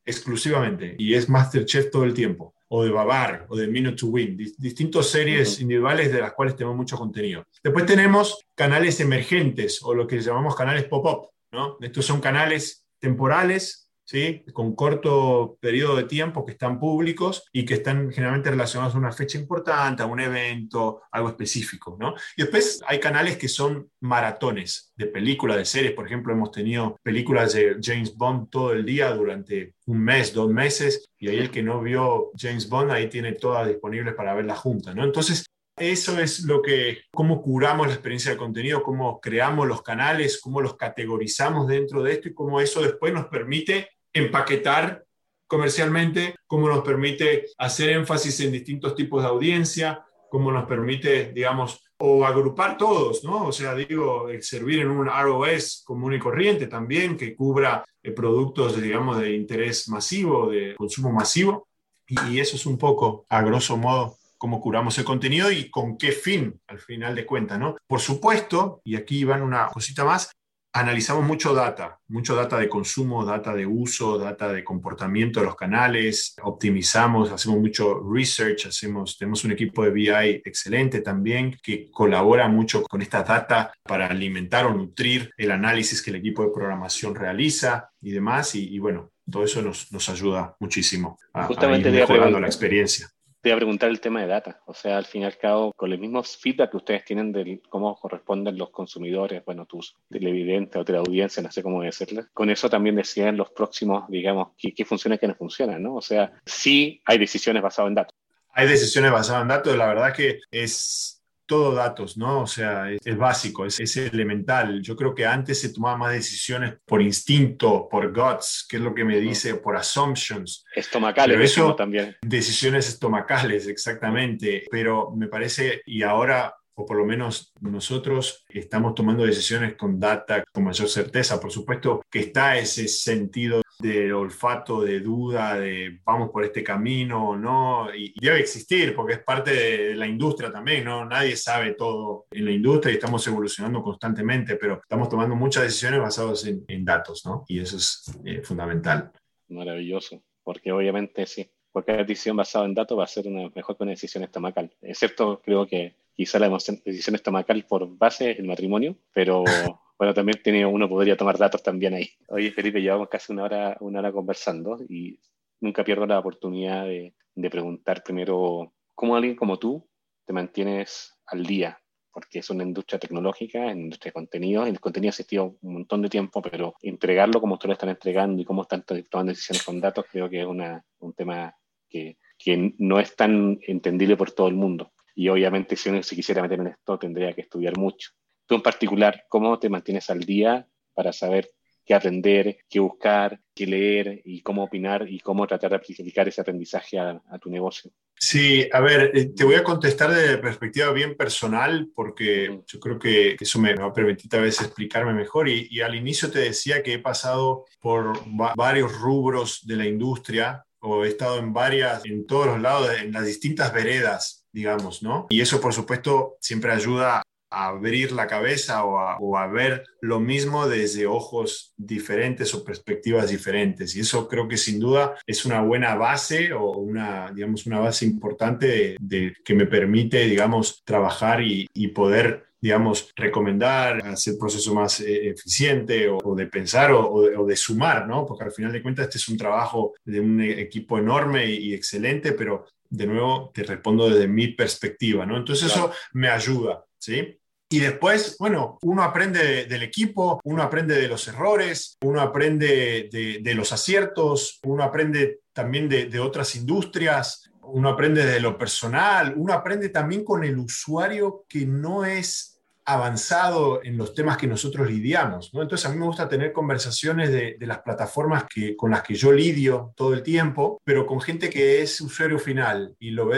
exclusivamente, y es MasterChef todo el tiempo, o de Babar, o de Minute to Win, distintas series individuales de las cuales tenemos mucho contenido. Después tenemos canales emergentes, o lo que llamamos canales pop-up, ¿no? Estos son canales temporales, ¿sí? Con corto periodo de tiempo, que están públicos y que están generalmente relacionados a una fecha importante, a un evento, algo específico, ¿no? Y después hay canales que son maratones de películas, de series. Por ejemplo, hemos tenido películas de James Bond todo el día durante un mes, 2 meses, y ahí el que no vio James Bond, ahí tiene todas disponibles para verla junta, ¿no? Entonces, eso es cómo curamos la experiencia de contenido, cómo creamos los canales, cómo los categorizamos dentro de esto y cómo eso después nos permite empaquetar comercialmente, cómo nos permite hacer énfasis en distintos tipos de audiencia, cómo nos permite, digamos, o agrupar todos, ¿no? O sea, digo, servir en un ROS común y corriente también, que cubra productos, digamos, de interés masivo, de consumo masivo. Y eso es un poco, a grosso modo, cómo curamos el contenido y con qué fin, al final de cuentas, ¿no? Por supuesto, y aquí van una cosita más, analizamos mucho data de consumo, data de uso, data de comportamiento de los canales, optimizamos, hacemos mucho research, tenemos un equipo de BI excelente también que colabora mucho con esta data para alimentar o nutrir el análisis que el equipo de programación realiza y demás, y bueno, todo eso nos ayuda muchísimo a ir mejorando la experiencia. Te iba a preguntar el tema de data, o sea, al fin y al cabo, con los mismos feedback que ustedes tienen de cómo corresponden los consumidores, bueno, tus televidentes o teleaudiencia, no sé cómo decirles, con eso también deciden los próximos, digamos, qué funciona y qué no funciona, ¿no? O sea, sí hay decisiones basadas en datos. Hay decisiones basadas en datos, la verdad que es todo datos, ¿no? O sea, es básico, es elemental. Yo creo que antes se tomaban más decisiones por instinto, por guts, que es lo que me dice, por assumptions. Estomacales, pero eso también. Decisiones estomacales, exactamente. Pero me parece, y ahora, o por lo menos nosotros estamos tomando decisiones con data con mayor certeza. Por supuesto que está ese sentido de olfato, de duda, de vamos por este camino o no, y debe existir porque es parte de la industria también, ¿no? Nadie sabe todo en la industria y estamos evolucionando constantemente, pero estamos tomando muchas decisiones basadas en datos, ¿no? Y eso es fundamental. Maravilloso, porque obviamente sí, cualquier decisión basada en datos va a ser mejor que una decisión estomacal, excepto creo que quizá la decisión estomacal por base es el matrimonio, pero bueno, también uno podría tomar datos también ahí. Oye, Felipe, llevamos casi una hora conversando y nunca pierdo la oportunidad de preguntar primero cómo alguien como tú te mantienes al día, porque es una industria tecnológica, una industria de contenidos, y el contenido ha existido un montón de tiempo, pero entregarlo como ustedes lo están entregando y cómo están tomando decisiones con datos, creo que es un tema que no es tan entendible por todo el mundo. Y obviamente si uno se quisiera meter en esto tendría que estudiar mucho. Tú en particular, ¿cómo te mantienes al día para saber qué aprender, qué buscar, qué leer y cómo opinar y cómo tratar de aplicar ese aprendizaje a tu negocio? Sí, a ver, te voy a contestar de perspectiva bien personal porque yo creo que eso me va a permitir a veces explicarme mejor y al inicio te decía que he pasado por varios rubros de la industria o he estado en todos los lados, en las distintas veredas, digamos, ¿no? Y eso, por supuesto, siempre ayuda a abrir la cabeza o a ver lo mismo desde ojos diferentes o perspectivas diferentes. Y eso creo que sin duda es una buena base o una base importante que me permite, digamos, trabajar y poder, digamos, recomendar, hacer el proceso más eficiente o de pensar o de sumar, ¿no? Porque al final de cuentas este es un trabajo de un equipo enorme y excelente, pero de nuevo te respondo desde mi perspectiva, ¿no? Entonces eso me ayuda, ¿sí? Y después, bueno, uno aprende del equipo, uno aprende de los errores, uno aprende de los aciertos, uno aprende también de otras industrias, uno aprende de lo personal, uno aprende también con el usuario que no es avanzado en los temas que nosotros lidiamos, ¿no? Entonces a mí me gusta tener conversaciones de las plataformas con las que yo lidio todo el tiempo, pero con gente que es usuario final y lo ve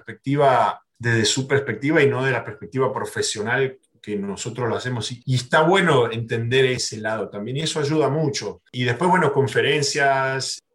desde su perspectiva y no de la perspectiva profesional que nosotros lo hacemos. Y está bueno entender ese lado también y eso ayuda mucho. Y después, bueno, conferencias,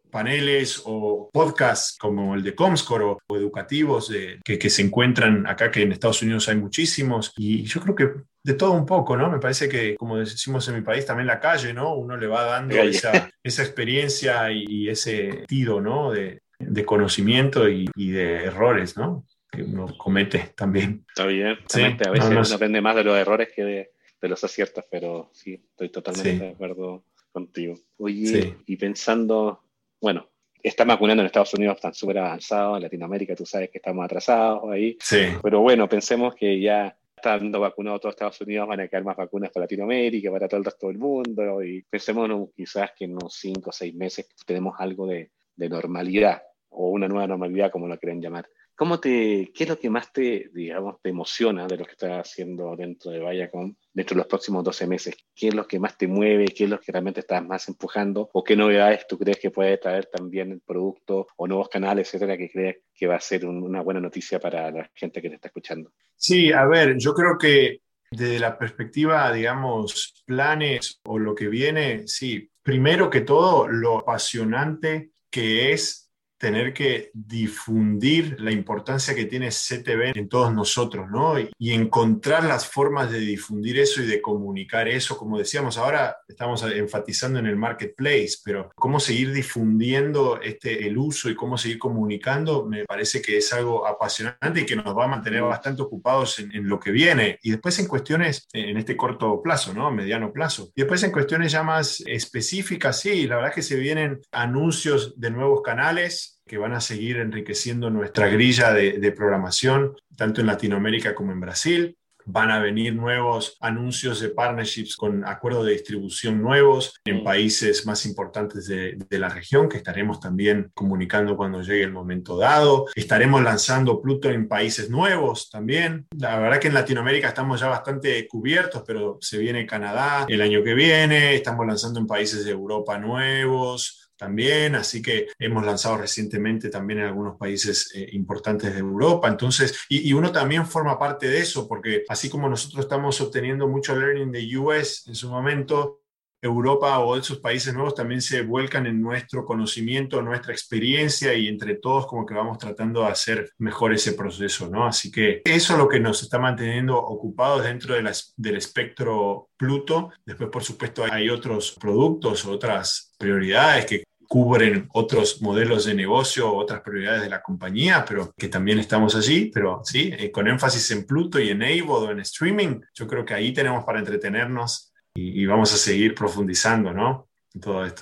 paneles o podcasts como el de Comscore o educativos que se encuentran acá, que en Estados Unidos hay muchísimos, y yo creo que de todo un poco, ¿no? Me parece que, como decimos en mi país, también la calle, ¿no? Uno le va dando esa experiencia y ese tiro, ¿no? De conocimiento y de errores, ¿no? Que uno comete también. Está bien, Sí, realmente a veces uno aprende más de los errores que de los aciertos, pero sí, estoy totalmente de acuerdo contigo. Oye, y pensando, bueno, están vacunando en Estados Unidos, están súper avanzados, en Latinoamérica tú sabes que estamos atrasados ahí, pero bueno, pensemos que ya estando vacunado todo Estados Unidos van a quedar más vacunas para Latinoamérica, para todo el resto del mundo, y pensemos quizás que en unos 5 o 6 meses tenemos algo de normalidad, o una nueva normalidad, como lo quieren llamar. ¿Qué es lo que más digamos, te emociona de lo que estás haciendo dentro de Viacom, dentro de los próximos 12 meses? ¿Qué es lo que más te mueve? ¿Qué es lo que realmente estás más empujando? ¿O qué novedades tú crees que puede traer también el producto o nuevos canales, etcétera, que crees que va a ser una buena noticia para la gente que te está escuchando? Sí, a ver, yo creo que desde la perspectiva, digamos, planes o lo que viene, sí, primero que todo, lo apasionante que es tener que difundir la importancia que tiene CTV en todos nosotros, ¿no? Y encontrar las formas de difundir eso y de comunicar eso. Como decíamos, ahora estamos enfatizando en el marketplace, pero cómo seguir difundiendo el uso y cómo seguir comunicando, me parece que es algo apasionante y que nos va a mantener bastante ocupados en lo que viene. Y después en cuestiones, en este corto plazo, ¿no? Mediano plazo. Y después en cuestiones ya más específicas, sí, la verdad es que se vienen anuncios de nuevos canales que van a seguir enriqueciendo nuestra grilla de programación, tanto en Latinoamérica como en Brasil. Van a venir nuevos anuncios de partnerships con acuerdos de distribución nuevos en países más importantes de la región, que estaremos también comunicando cuando llegue el momento dado. Estaremos lanzando Pluto en países nuevos también. La verdad que en Latinoamérica estamos ya bastante cubiertos, pero se viene Canadá el año que viene. Estamos lanzando en países de Europa nuevos también, así que hemos lanzado recientemente también en algunos países importantes de Europa. Entonces, y uno también forma parte de eso, porque así como nosotros estamos obteniendo mucho learning de US en su momento, Europa o esos países nuevos también se vuelcan en nuestro conocimiento, nuestra experiencia, y entre todos como que vamos tratando de hacer mejor ese proceso, ¿no? Así que eso es lo que nos está manteniendo ocupados dentro del espectro Pluto. Después, por supuesto, hay otros productos, otras prioridades que cubren otros modelos de negocio, otras prioridades de la compañía, pero que también estamos allí, pero sí, con énfasis en Pluto y en Eivod o en streaming. Yo creo que ahí tenemos para entretenernos y vamos a seguir profundizando, ¿no? En todo esto.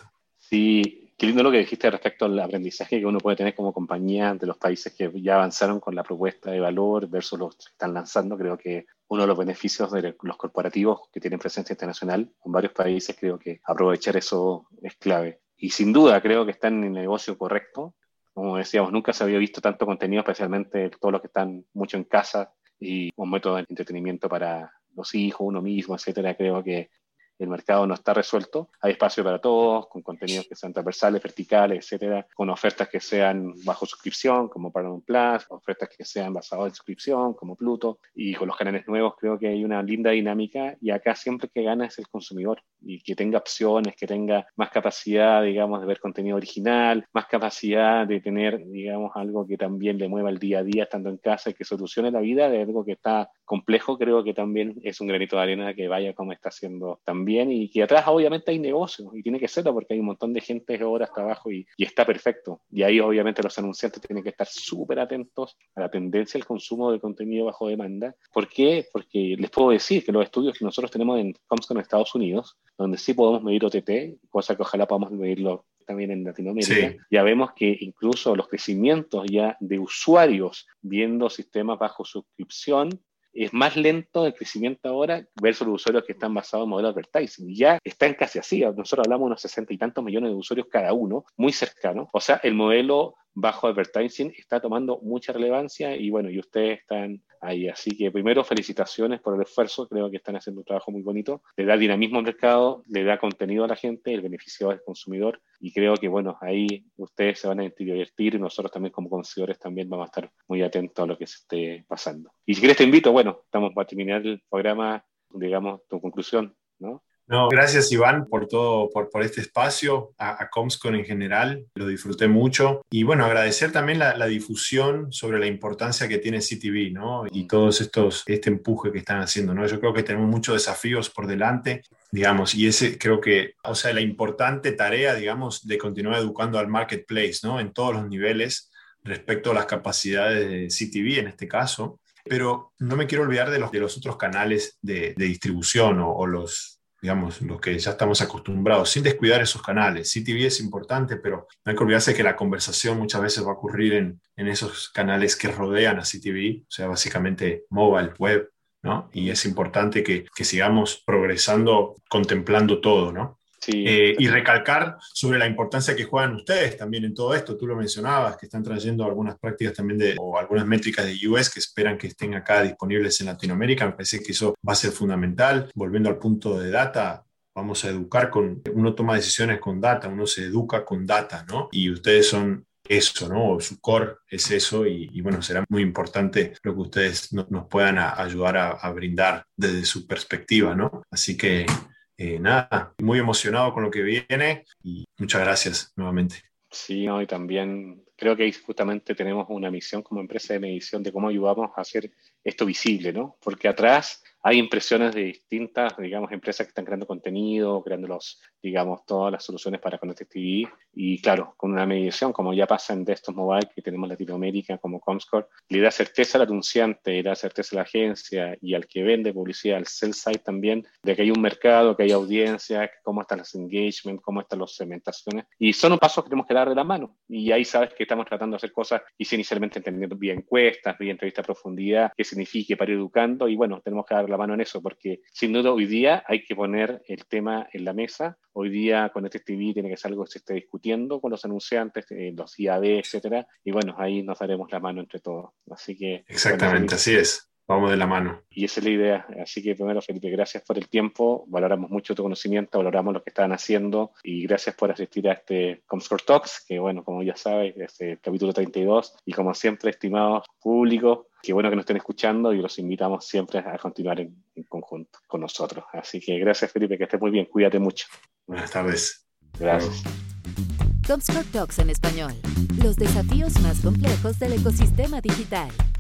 Sí, qué lindo lo que dijiste respecto al aprendizaje que uno puede tener como compañía de los países que ya avanzaron con la propuesta de valor versus los que están lanzando. Creo que uno de los beneficios de los corporativos que tienen presencia internacional en varios países, creo que aprovechar eso es clave. Y sin duda creo que están en el negocio correcto. Como decíamos, nunca se había visto tanto contenido, especialmente todos los que están mucho en casa y un método de entretenimiento para los hijos, uno mismo, etcétera. Creo que el mercado no está resuelto. Hay espacio para todos, con contenidos que sean transversales, verticales, etcétera, con ofertas que sean bajo suscripción, como Paramount Plus, ofertas que sean basadas en suscripción, como Pluto, y con los canales nuevos creo que hay una linda dinámica, y acá siempre que gana es el consumidor, y que tenga opciones, que tenga más capacidad, digamos, de ver contenido original, más capacidad de tener, digamos, algo que también le mueva el día a día estando en casa y que solucione la vida de algo que está complejo. Creo que también es un granito de arena que Viacom está haciendo también, y que atrás obviamente hay negocio y tiene que serlo porque hay un montón de gente, horas, trabajo, y está perfecto. Y ahí obviamente los anunciantes tienen que estar súper atentos a la tendencia del consumo de contenido bajo demanda. ¿Por qué? Porque les puedo decir que los estudios que nosotros tenemos en Comscore en Estados Unidos, donde sí podemos medir OTT, cosa que ojalá podamos medirlo también en Latinoamérica, sí, ya vemos que incluso los crecimientos ya de usuarios viendo sistemas bajo suscripción es más lento el crecimiento ahora versus los usuarios que están basados en modelos de advertising. Ya están casi así. Nosotros hablamos de unos 60 y tantos millones de usuarios cada uno, muy cercano. O sea, el modelo bajo advertising está tomando mucha relevancia, y bueno, y ustedes están ahí. Así que primero, felicitaciones por el esfuerzo. Creo que están haciendo un trabajo muy bonito. Le da dinamismo al mercado, le da contenido a la gente, el beneficio al consumidor, y creo que bueno, ahí ustedes se van a divertir, y nosotros también como consumidores también vamos a estar muy atentos a lo que se esté pasando. Y si quieres te invito, bueno, estamos para terminar el programa, digamos, tu conclusión, ¿no? No, gracias Iván por todo, por este espacio, a Comscore en general, lo disfruté mucho. Y bueno, agradecer también la difusión sobre la importancia que tiene CTV, ¿no? Y todos este empuje que están haciendo, ¿no? Yo creo que tenemos muchos desafíos por delante, digamos, y ese creo que, o sea, la importante tarea, digamos, de continuar educando al marketplace, ¿no? En todos los niveles respecto a las capacidades de CTV en este caso. Pero no me quiero olvidar de los otros canales de distribución o los, digamos, los que ya estamos acostumbrados, sin descuidar esos canales. CTV es importante, pero no hay que olvidarse que la conversación muchas veces va a ocurrir en esos canales que rodean a CTV, o sea, básicamente mobile, web, ¿no? Y es importante que sigamos progresando contemplando todo, ¿no? Sí, Y recalcar sobre la importancia que juegan ustedes también en todo esto. Tú lo mencionabas, que están trayendo algunas prácticas también o algunas métricas de US que esperan que estén acá disponibles en Latinoamérica. Me parece que eso va a ser fundamental. Volviendo al punto de data, vamos a educar uno toma decisiones con data, uno se educa con data, ¿no? Y ustedes son eso, ¿no? Su core es eso y bueno, será muy importante lo que ustedes nos puedan ayudar a brindar desde su perspectiva, ¿no? Así que nada, muy emocionado con lo que viene y muchas gracias nuevamente. sí, ¿no? Y también creo que ahí justamente tenemos una misión como empresa de medición de cómo ayudamos a hacer esto visible, ¿no? Porque atrás hay impresiones de distintas, digamos, empresas que están creando contenido, creando digamos, todas las soluciones para Connected TV. Y claro, con una medición, como ya pasa en Desktop Mobile, que tenemos Latinoamérica como Comscore, le da certeza al anunciante, le da certeza a la agencia y al que vende publicidad, al sell side también, de que hay un mercado, que hay audiencia, cómo están los engagement, cómo están las segmentaciones. Y son pasos que tenemos que dar de la mano. Y ahí sabes que estamos tratando de hacer cosas, y sí, inicialmente entendiendo vía encuestas, vía entrevista a profundidad, qué signifique para ir educando. Y bueno, tenemos que dar la mano en eso, porque sin duda hoy día hay que poner el tema en la mesa. Hoy día con este TV tiene que ser algo que se esté discutiendo con los anunciantes, los IAB, etcétera. Y bueno, ahí nos daremos la mano entre todos. Así que... Exactamente, bueno, así es. Vamos de la mano. Y esa es la idea. Así que primero, Felipe, gracias por el tiempo. Valoramos mucho tu conocimiento, valoramos lo que están haciendo y gracias por asistir a este Comscore Talks, que bueno, como ya sabes, es el capítulo 32. Y como siempre, estimados públicos, qué bueno que nos estén escuchando y los invitamos siempre a continuar en conjunto con nosotros. Así que gracias, Felipe, que estés muy bien. Cuídate mucho. Buenas tardes. Gracias. Comscore Talks en español. Los desafíos más complejos del ecosistema digital.